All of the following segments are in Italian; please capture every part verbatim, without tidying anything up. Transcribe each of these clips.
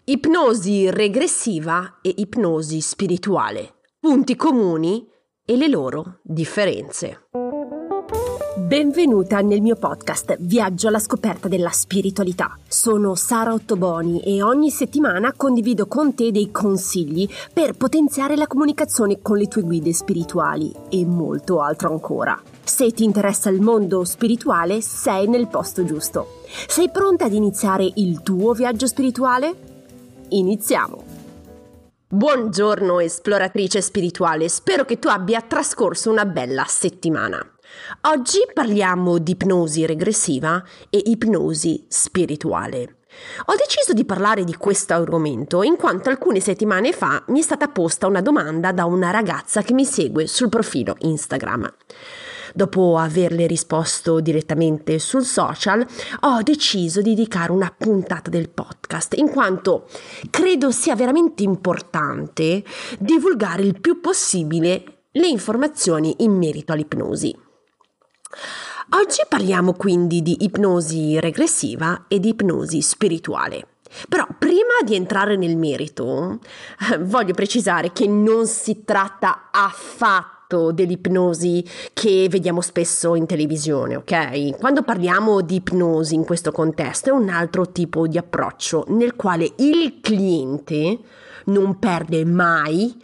Ipnosi regressiva e ipnosi spirituale, punti comuni e le loro differenze. Benvenuta nel mio podcast Viaggio alla scoperta della spiritualità. Sono Sara Ottoboni e ogni settimana condivido con te dei consigli per potenziare la comunicazione con le tue guide spirituali e molto altro ancora. Se ti interessa il mondo spirituale, sei nel posto giusto. Sei pronta ad iniziare il tuo viaggio spirituale? Iniziamo! Buongiorno esploratrice spirituale, spero che tu abbia trascorso una bella settimana. Oggi parliamo di ipnosi regressiva e ipnosi spirituale. Ho deciso di parlare di questo argomento in quanto alcune settimane fa mi è stata posta una domanda da una ragazza che mi segue sul profilo Instagram. Dopo averle risposto direttamente sul social, ho deciso di dedicare una puntata del podcast, in quanto credo sia veramente importante divulgare il più possibile le informazioni in merito all'ipnosi. Oggi parliamo quindi di ipnosi regressiva e di ipnosi spirituale. Però prima di entrare nel merito, voglio precisare che non si tratta affatto dell'ipnosi che vediamo spesso in televisione, ok? Quando parliamo di ipnosi in questo contesto è un altro tipo di approccio nel quale il cliente non perde mai,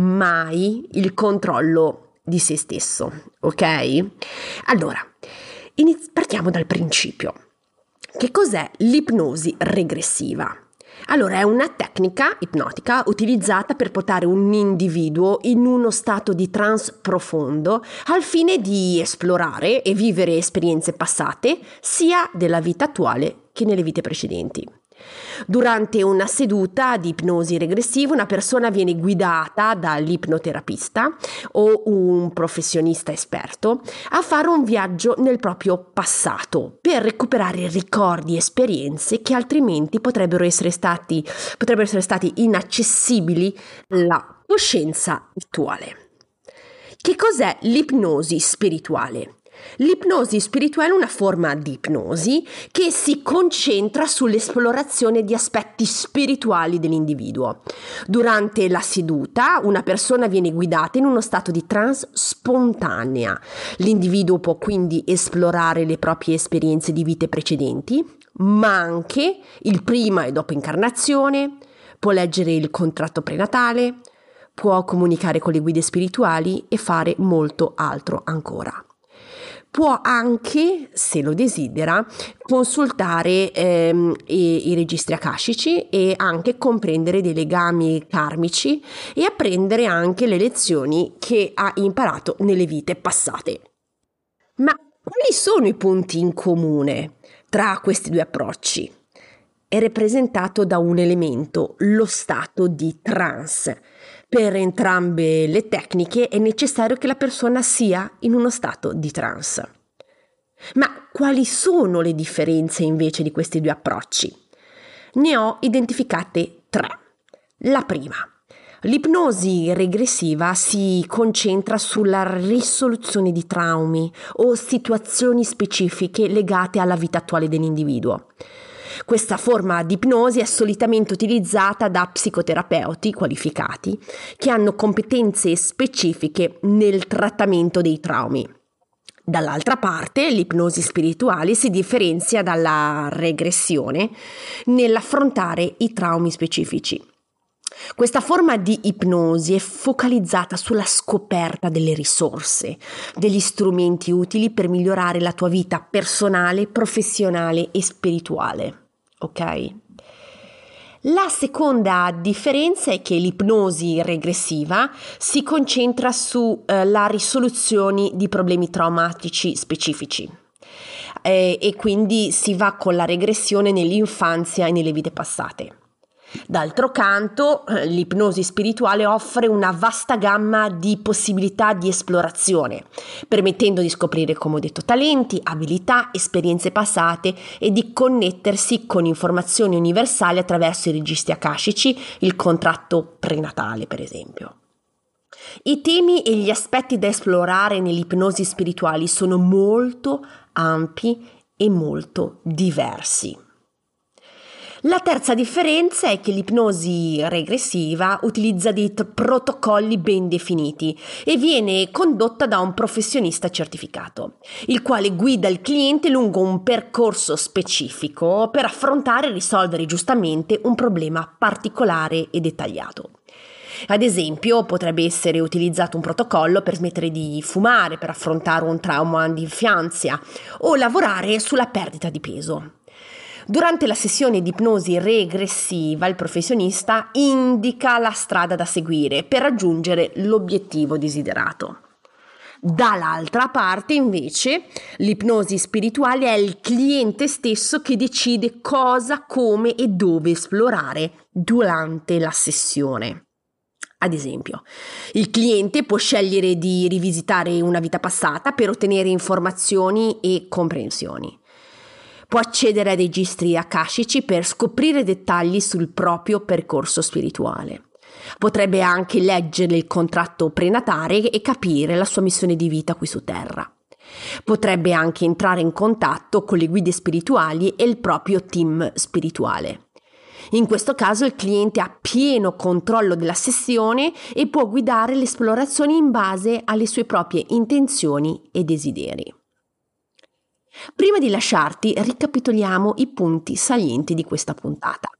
mai il controllo di se stesso, ok? Allora, iniz- partiamo dal principio. Che cos'è l'ipnosi regressiva? Allora, è una tecnica ipnotica utilizzata per portare un individuo in uno stato di trance profondo al fine di esplorare e vivere esperienze passate sia della vita attuale che nelle vite precedenti. Durante una seduta di ipnosi regressiva una persona viene guidata dall'ipnoterapista o un professionista esperto a fare un viaggio nel proprio passato per recuperare ricordi e esperienze che altrimenti potrebbero essere stati, potrebbero essere stati inaccessibili alla coscienza attuale. Che cos'è l'ipnosi spirituale? L'ipnosi spirituale è una forma di ipnosi che si concentra sull'esplorazione di aspetti spirituali dell'individuo. Durante la seduta una persona viene guidata in uno stato di trance spontanea. L'individuo può quindi esplorare le proprie esperienze di vite precedenti, ma anche il prima e dopo incarnazione, può leggere il contratto prenatale, può comunicare con le guide spirituali e fare molto altro ancora. Può anche, se lo desidera, consultare ehm, i, i registri akashici e anche comprendere dei legami karmici e apprendere anche le lezioni che ha imparato nelle vite passate. Ma quali sono i punti in comune tra questi due approcci? È rappresentato da un elemento, lo stato di trance. Per entrambe le tecniche è necessario che la persona sia in uno stato di trance. Ma quali sono le differenze invece di questi due approcci? Ne ho identificate tre. La prima. L'ipnosi regressiva si concentra sulla risoluzione di traumi o situazioni specifiche legate alla vita attuale dell'individuo. Questa forma di ipnosi è solitamente utilizzata da psicoterapeuti qualificati che hanno competenze specifiche nel trattamento dei traumi. Dall'altra parte, l'ipnosi spirituale si differenzia dalla regressione nell'affrontare i traumi specifici. Questa forma di ipnosi è focalizzata sulla scoperta delle risorse, degli strumenti utili per migliorare la tua vita personale, professionale e spirituale. Ok? La seconda differenza è che l'ipnosi regressiva si concentra sulla uh, risoluzione di problemi traumatici specifici eh, e quindi si va con la regressione nell'infanzia e nelle vite passate. D'altro canto, l'ipnosi spirituale offre una vasta gamma di possibilità di esplorazione, permettendo di scoprire, come ho detto, talenti, abilità, esperienze passate e di connettersi con informazioni universali attraverso i registri akashici, il contratto prenatale, per esempio. I temi e gli aspetti da esplorare nell'ipnosi spirituali sono molto ampi e molto diversi. La terza differenza è che l'ipnosi regressiva utilizza dei t- protocolli ben definiti e viene condotta da un professionista certificato, il quale guida il cliente lungo un percorso specifico per affrontare e risolvere giustamente un problema particolare e dettagliato. Ad esempio, potrebbe essere utilizzato un protocollo per smettere di fumare, per affrontare un trauma di infanzia o lavorare sulla perdita di peso. Durante la sessione di ipnosi regressiva, il professionista indica la strada da seguire per raggiungere l'obiettivo desiderato. Dall'altra parte, invece, l'ipnosi spirituale è il cliente stesso che decide cosa, come e dove esplorare durante la sessione. Ad esempio, il cliente può scegliere di rivisitare una vita passata per ottenere informazioni e comprensioni. Può accedere ai registri akashici per scoprire dettagli sul proprio percorso spirituale. Potrebbe anche leggere il contratto prenatale e capire la sua missione di vita qui su Terra. Potrebbe anche entrare in contatto con le guide spirituali e il proprio team spirituale. In questo caso il cliente ha pieno controllo della sessione e può guidare le esplorazioni in base alle sue proprie intenzioni e desideri. Prima di lasciarti, ricapitoliamo i punti salienti di questa puntata.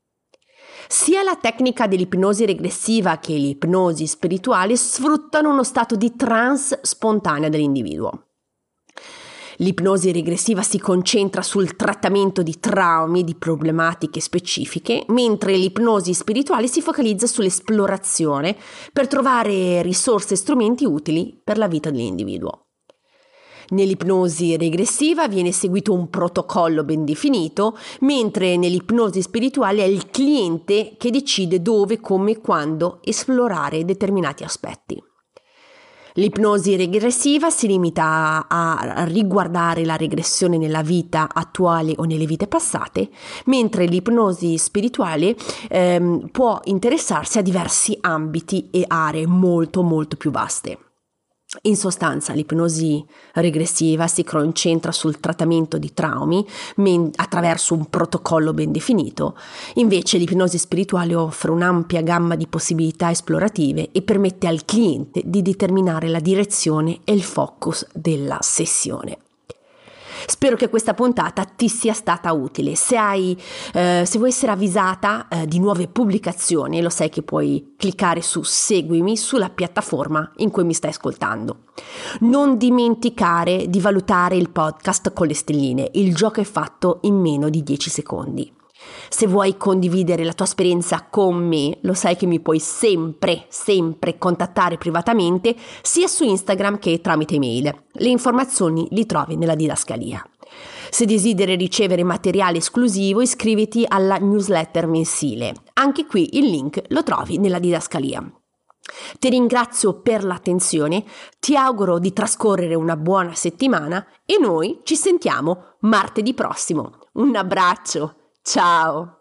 Sia la tecnica dell'ipnosi regressiva che l'ipnosi spirituale sfruttano uno stato di trance spontanea dell'individuo. L'ipnosi regressiva si concentra sul trattamento di traumi e di problematiche specifiche, mentre l'ipnosi spirituale si focalizza sull'esplorazione per trovare risorse e strumenti utili per la vita dell'individuo. Nell'ipnosi regressiva viene seguito un protocollo ben definito, mentre nell'ipnosi spirituale è il cliente che decide dove, come e quando esplorare determinati aspetti. L'ipnosi regressiva si limita a riguardare la regressione nella vita attuale o nelle vite passate, mentre l'ipnosi spirituale ehm, può interessarsi a diversi ambiti e aree molto molto più vaste. In sostanza, l'ipnosi regressiva si concentra sul trattamento di traumi men- attraverso un protocollo ben definito, invece l'ipnosi spirituale offre un'ampia gamma di possibilità esplorative e permette al cliente di determinare la direzione e il focus della sessione. Spero che questa puntata ti sia stata utile. Se hai, eh, se vuoi essere avvisata eh, di nuove pubblicazioni, lo sai che puoi cliccare su Seguimi sulla piattaforma in cui mi stai ascoltando. Non dimenticare di valutare il podcast con le stelline. Il gioco è fatto in meno di dieci secondi. Se vuoi condividere la tua esperienza con me, lo sai che mi puoi sempre, sempre contattare privatamente sia su Instagram che tramite email. Le informazioni li trovi nella didascalia. Se desideri ricevere materiale esclusivo, iscriviti alla newsletter mensile. Anche qui il link lo trovi nella didascalia. Ti ringrazio per l'attenzione, ti auguro di trascorrere una buona settimana e noi ci sentiamo martedì prossimo. Un abbraccio! Ciao!